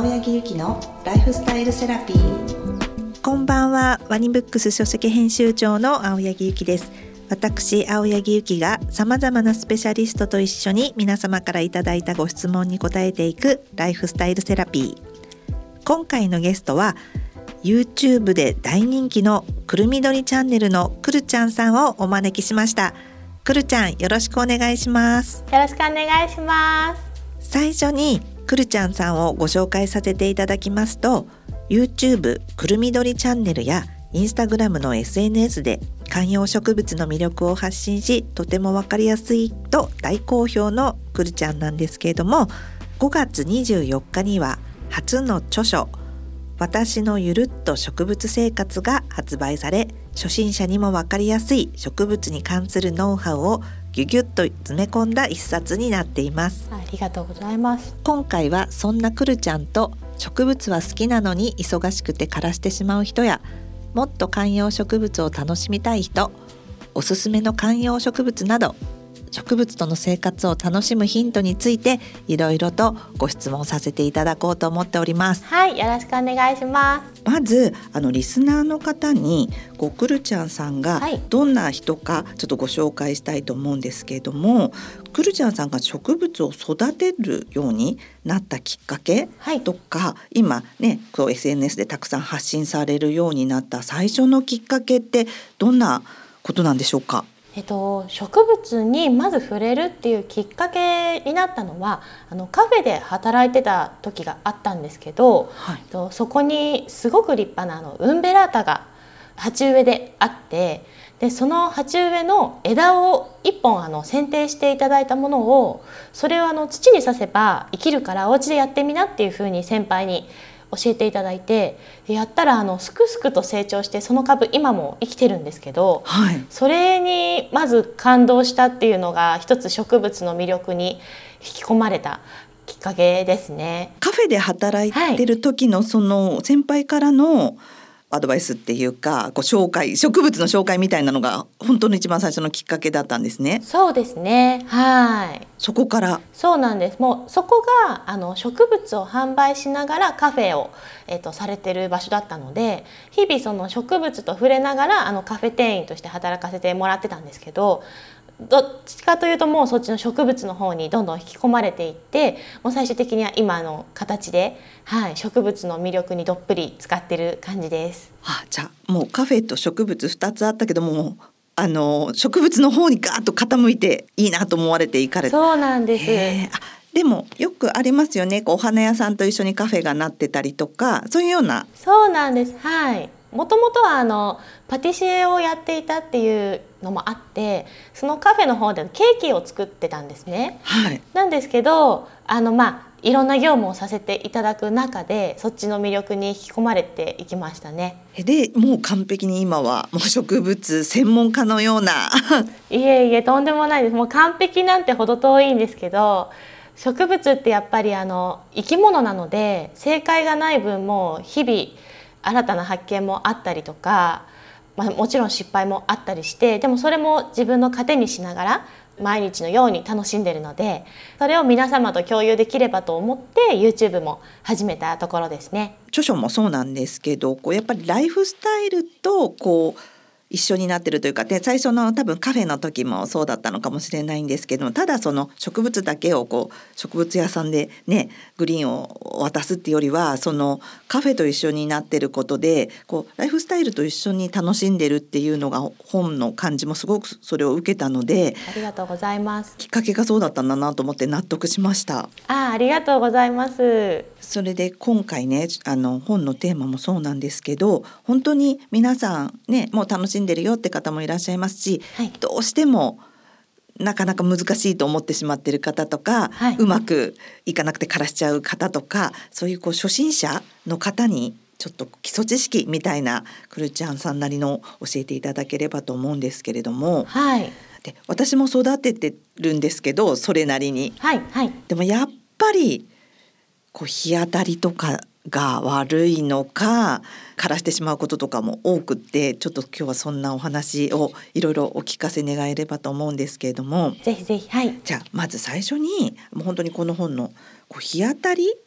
青柳ゆきのライフスタイルセラピー。 こんばんは。ワニブックス書籍編集長の青柳ゆきです。私青柳ゆきがさまざまなスペシャリストと一緒に皆様からいただいたご質問に答えていくライフスタイルセラピー。今回のゲストは YouTube で大人気のくるみどりチャンネルのくるちゃんさんをお招きしました。くるちゃん、よろしくお願いします。 よろしくお願いします。 最初にくるちゃんさんをご紹介させていただきますと、 YouTube くるみどりチャンネルや Instagram の SNS で観葉植物の魅力を発信し、とてもわかりやすいと大好評のくるちゃんなんですけれども、5月24日には初の著書私のゆるっと植物生活が発売され、初心者にもわかりやすい植物に関するノウハウをギュギュッと詰め込んだ一冊になっています。 ありがとうございます。 今回はそんなくるちゃんと、植物は好きなのに忙しくて枯らしてしまう人や、もっと観葉植物を楽しみたい人、おすすめの観葉植物など、植物との生活を楽しむヒントについていろいろとご質問させていただこうと思っております。 はい、よろしくお願いします。 まずリスナーの方にくるちゃんさんがどんな人かちょっとご紹介したいと思うんですけれども、くるちゃんさんが植物を育てるようになったきっかけとか、今ねSNS でたくさん発信されるようになった最初のきっかけってどんなことなんでしょうか？ 植物にまず触れるっていうきっかけになったのは、カフェで働いてた時があったんですけど、そこにすごく立派なウンベラータが鉢植えであって、でその鉢植えの枝を1本剪定していただいたものを、それを土に刺せば生きるからお家でやってみなっていうふうに先輩に教えていただいて、やったらすくすくと成長して、その株今も生きてるんですけど、それにまず感動したっていうのが一つ植物の魅力に引き込まれたきっかけですね。 カフェで働いてる時のその先輩からのアドバイスっていうか、紹介、植物の紹介みたいなのが本当の一番最初のきっかけだったんですね。 そうですね、はい。 そこからそうなんです。もうそこが植物を販売しながらカフェを、されてる場所だったので、日々その植物と触れながらカフェ店員として働かせてもらってたんですけど、どっちかというともうそっちの植物の方にどんどん引き込まれていって、もう最終的には今の形で、植物の魅力にどっぷり使ってる感じです。 じゃあもうカフェと植物2つあったけども、植物の方にガーッと傾いていいなと思われていかれた。 そうなんです。 でもよくありますよね、お花屋さんと一緒にカフェがなってたりとか、そういうような。 そうなんです。はい。もともとはパティシエをやっていたっていうのもあって、そのカフェの方でケーキを作ってたんですね。なんですけどいろんな業務をさせていただく中で、そっちの魅力に引き込まれていきましたね。 でもう完璧に今はもう植物専門家のようないえいえ、とんでもないです。もう完璧なんてほど遠いんですけど、植物ってやっぱり生き物なので、正解がない分も日々新たな発見もあったりとか、もちろん失敗もあったりして、でもそれも自分の糧にしながら毎日のように楽しんでいるので、それを皆様と共有できればと思って YouTube も始めたところですね。 著書もそうなんですけど、やっぱりライフスタイルと一緒になってるというか、最初の多分カフェの時もそうだったのかもしれないんですけども、ただその植物だけを植物屋さんでねグリーンを渡すっていうよりは、そのカフェと一緒になってることでライフスタイルと一緒に楽しんでるっていうのが本の感じもすごくそれを受けたので、 ありがとうございます。 きっかけがそうだったんだなと思って納得しました。 ありがとうございます。 それで今回ね本のテーマもそうなんですけど、本当に皆さんねもう楽しんでるよって方もいらっしゃいますし、どうしてもなかなか難しいと思ってしまっている方とか、うまくいかなくて枯らしちゃう方とか、そういう初心者の方にちょっと基礎知識みたいなくるちゃんさんなりの教えていただければと思うんですけれども、で私も育ててるんですけど、それなりに、でもやっぱり日当たりとかが悪いのか枯らしてしまうこととかも多くって、ちょっと今日はそんなお話をいろいろお聞かせ願えればと思うんですけれども、 ぜひぜひ。 じゃあまず最初にもう本当にこの本の日当たり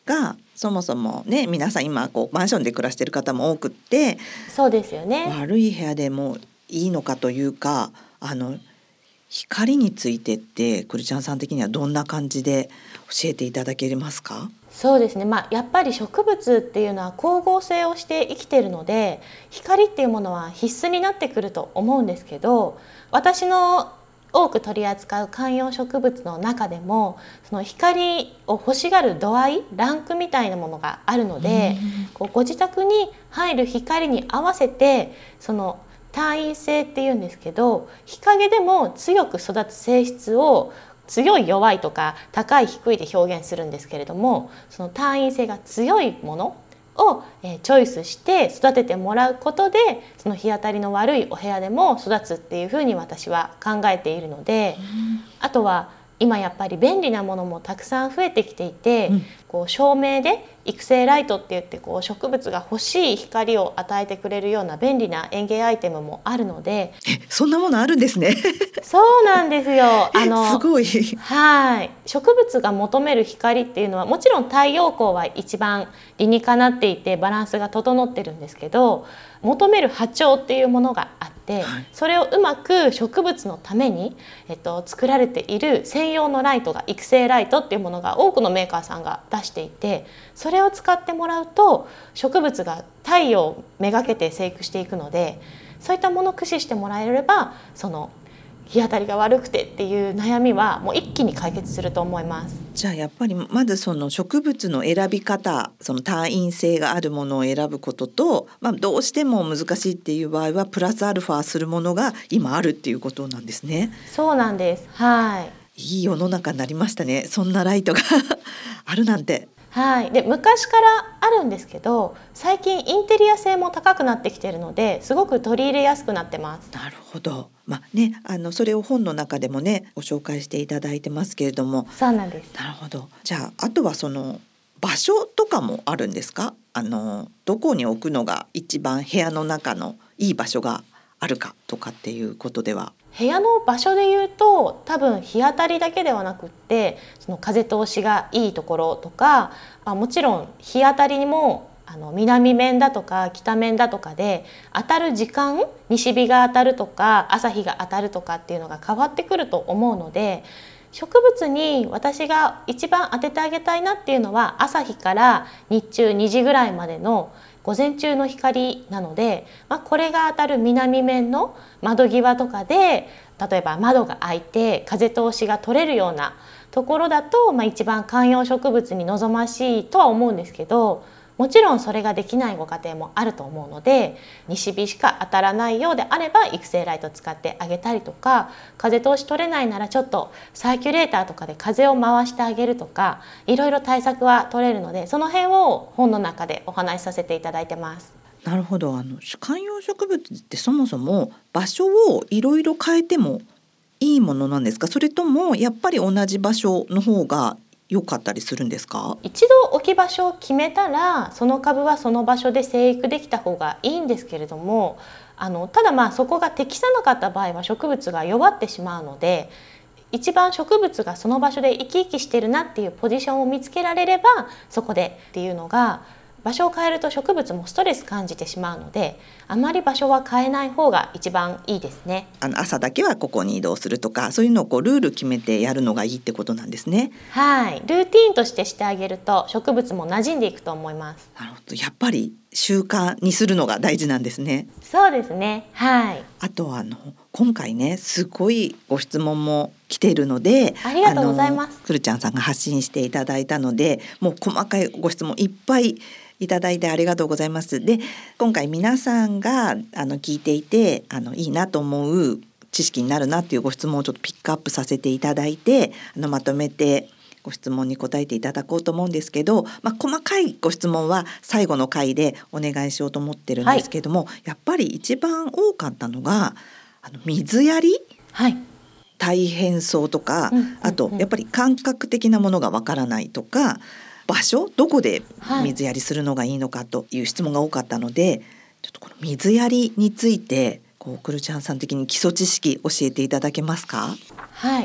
がそもそもね、皆さん今マンションで暮らしている方も多くって、 そうですよね。 悪い部屋でもいいのかというか、光についてってくるちゃんさん的にはどんな感じで教えていただけますか？ そうですね、やっぱり植物っていうのは光合成をして生きているので、光っていうものは必須になってくると思うんですけど、私の多く取り扱う観葉植物の中でもその光を欲しがる度合い、ランクみたいなものがあるので、ご自宅に入る光に合わせてその単位性っていうんですけど、日陰でも強く育つ性質を強い弱いとか高い低いで表現するんですけれども、その単位性が強いものをチョイスして育ててもらうことで、その日当たりの悪いお部屋でも育つっていうふうに私は考えているので、あとは今やっぱり便利なものもたくさん増えてきていて、照明で育成ライトって言って植物が欲しい光を与えてくれるような便利な園芸アイテムもあるので。 そんなものあるんですね。 そうなんですよ。 すごい。 はい、植物が求める光っていうのはもちろん太陽光は一番理にかなっていてバランスが整ってるんですけど、求める波長っていうものがあって、それをうまく植物のために、作られている専用のライトが育成ライトっていうものが多くのメーカーさんが出していて、それを使ってもらうと植物が太陽をめがけて生育していくので、そういったものを駆使してもらえればその日当たりが悪くてっていう悩みはもう一気に解決すると思います。 じゃあやっぱりまずその植物の選び方、その単位性があるものを選ぶことと、どうしても難しいっていう場合はプラスアルファするものが今あるっていうことなんですね。 そうなんです。はい。 いい世の中になりましたね。そんなライトがあるなんて。 はい、で昔からあるんですけど、最近インテリア性も高くなってきているのですごく取り入れやすくなってます。 なるほど。それを本の中でもねご紹介していただいてますけれども。 そうなんです。 なるほど。じゃああとはその場所とかもあるんですか？どこに置くのが一番部屋の中のいい場所があるかとかっていうことでは。 部屋の場所で言うと多分日当たりだけではなくって、その風通しがいいところとか、もちろん日当たりにも南面だとか北面だとかで当たる時間、西日が当たるとか朝日が当たるとかっていうのが変わってくると思うので、植物に私が一番当ててあげたいなっていうのは朝日から日中2時ぐらいまでの午前中の光なので、これが当たる南面の窓際とかで、例えば窓が開いて風通しが取れるようなところだと、一番観葉植物に望ましいとは思うんですけど、もちろんそれができないご家庭もあると思うので、西日しか当たらないようであれば育成ライト使ってあげたりとか、風通し取れないならちょっとサーキュレーターとかで風を回してあげるとか、いろいろ対策は取れるので、その辺を本の中でお話しさせていただいてます。 なるほど。観葉植物ってそもそも場所をいろいろ変えてもいいものなんですか？それともやっぱり同じ場所の方が良かったりするんですか？ 一度置き場所を決めたらその株はその場所で生育できた方がいいんですけれども、ただそこが適さなかった場合は植物が弱ってしまうので、一番植物がその場所で生き生きしてるなっていうポジションを見つけられればそこでっていうのが、場所を変えると植物もストレス感じてしまうので、あまり場所は変えない方が一番いいですね。 朝だけはここに移動するとか、そういうのをルール決めてやるのがいいってことなんですね。 はい、ルーティーンとしてしてあげると植物も馴染んでいくと思います。 なるほど。やっぱり習慣にするのが大事なんですね。 そうですね。はい。 あと今回ねすごいご質問も来ているので、 ありがとうございます。 くるちゃんさんが発信していただいたので、もう細かいご質問いっぱいいただいてありがとうございます。で、今回皆さんが聞いていていいなと思う知識になるなっていうご質問をちょっとピックアップさせていただいてまとめてご質問に答えていただこうと思うんですけど、細かいご質問は最後の回でお願いしようと思ってるんですけども、やっぱり一番多かったのが水やり、大変そうとか、あとやっぱり感覚的なものがわからないとか、場所どこで水やりするのがいいのかという質問が多かったので、ちょっとこの水やりについてくるちゃんさん的に基礎知識教えていただけますか？ はい、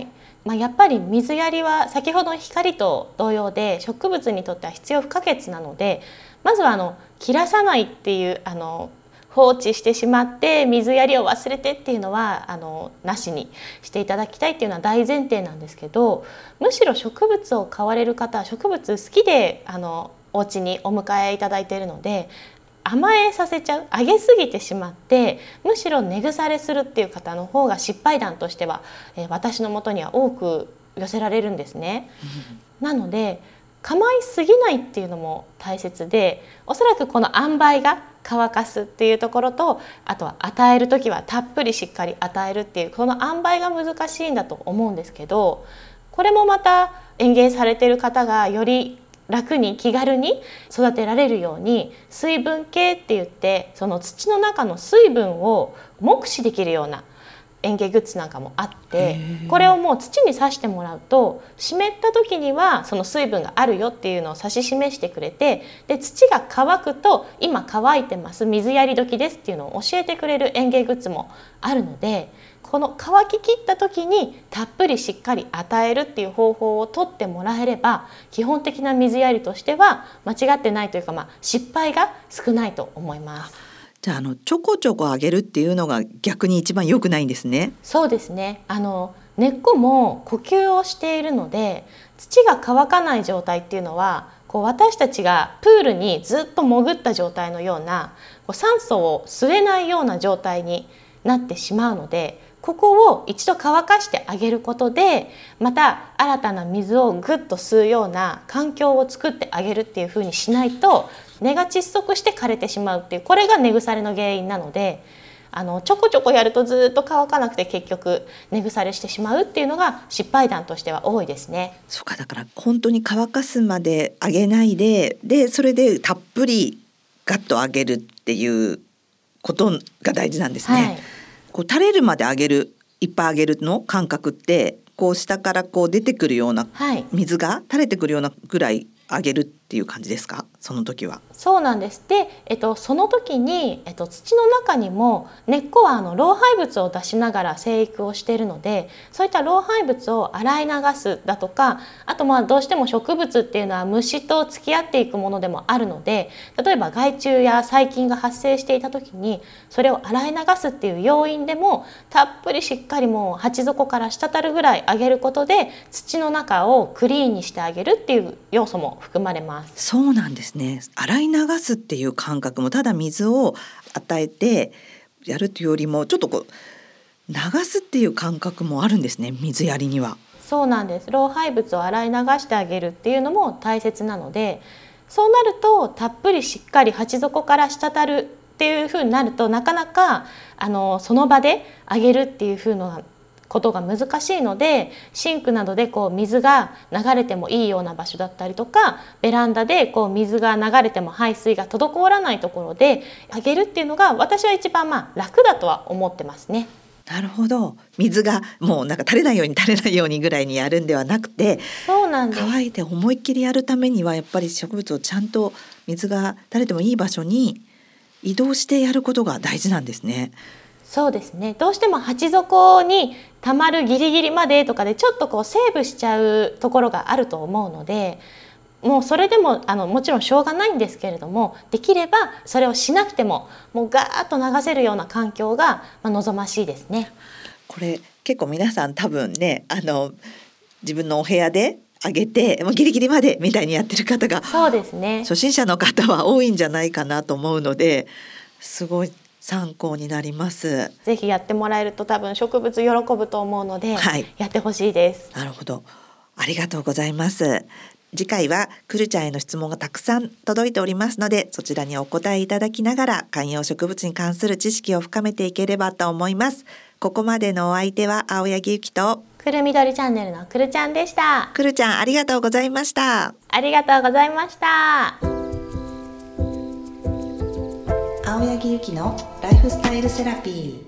やっぱり水やりは先ほどの光と同様で植物にとっては必要不可欠なので、まずは切らさないっていう放置してしまって水やりを忘れてっていうのはなしにしていただきたいっていうのは大前提なんですけど、むしろ植物を買われる方は植物好きでお家にお迎えいただいているので、甘えさせちゃう、あげすぎてしまってむしろ根腐れするっていう方の方が失敗談としては、私のもとには多く寄せられるんですね。なので構いすぎないっていうのも大切で、おそらくこの塩梅が乾かすっていうところと、あとは与える時はたっぷりしっかり与えるっていうこの塩梅が難しいんだと思うんですけど、これもまた園芸されている方がより楽に気軽に育てられるように、水分計って言ってその土の中の水分を目視できるような園芸グッズなんかもあって、これをもう土に刺してもらうと湿った時にはその水分があるよっていうのを指し示してくれて、で土が乾くと今乾いてます、水やり時ですっていうのを教えてくれる園芸グッズもあるので、この乾ききった時にたっぷりしっかり与えるっていう方法をとってもらえれば、基本的な水やりとしては間違ってないというか、失敗が少ないと思います。 じゃあちょこちょこあげるっていうのが逆に一番良くないんですね。 そうですね。根っこも呼吸をしているので、土が乾かない状態っていうのは私たちがプールにずっと潜った状態のような酸素を吸えないような状態になってしまうので、ここを一度乾かしてあげることで、また新たな水をぐっと吸うような環境を作ってあげるっていう風にしないと、根が窒息して枯れてしまうっていう、これが根腐れの原因なので、ちょこちょこやるとずっと乾かなくて結局根腐れしてしまうっていうのが失敗談としては多いですね。 そうか、だから本当に乾かすまであげないで、それでたっぷりガッとあげるっていうことが大事なんですね。垂れるまであげる、いっぱいあげるの感覚って下から出てくるような、水が垂れてくるようなぐらいあげるっていう感じですか、その時は。 そうなんです。で、その時に、土の中にも根っこは老廃物を出しながら生育をしているので、そういった老廃物を洗い流すだとか、あとどうしても植物っていうのは虫と付き合っていくものでもあるので、例えば害虫や細菌が発生していた時にそれを洗い流すっていう要因でも、たっぷりしっかりもう鉢底から滴るぐらいあげることで土の中をクリーンにしてあげるっていう要素も含まれます。 そうなんですね。洗い流すっていう感覚も、ただ水を与えてやるというよりもちょっと流すっていう感覚もあるんですね、水やりには。 そうなんです。老廃物を洗い流してあげるっていうのも大切なので、そうなるとたっぷりしっかり鉢底から滴るっていう風になると、なかなかその場であげるっていう風なことが難しいので、シンクなどで水が流れてもいいような場所だったりとか、ベランダで水が流れても排水が滞らないところであげるっていうのが私は一番楽だとは思ってますね。 なるほど。水がもう垂れないようにぐらいにやるんではなくて、 そうなんです。 乾いて思いっきりやるためにはやっぱり植物をちゃんと水が垂れてもいい場所に移動してやることが大事なんですね。 そうですね。どうしても鉢底に溜まるギリギリまでとかでちょっとセーブしちゃうところがあると思うので、もうそれでももちろんしょうがないんですけれども、できればそれをしなくてももうガーッと流せるような環境が望ましいですね。 これ結構皆さん多分ね、自分のお部屋であげてもうギリギリまでみたいにやってる方が、 そうですね、 初心者の方は多いんじゃないかなと思うので、すごい参考になります。 ぜひやってもらえると多分植物喜ぶと思うので、やってほしいです。 なるほど、ありがとうございます。次回はくるちゃんへの質問がたくさん届いておりますので、そちらにお答えいただきながら観葉植物に関する知識を深めていければと思います。ここまでのお相手は青柳ゆきとくるみどりチャンネルのくるちゃんでした。 くるちゃん、ありがとうございました。 ありがとうございました。 青柳ゆきのライフスタイルセラピー。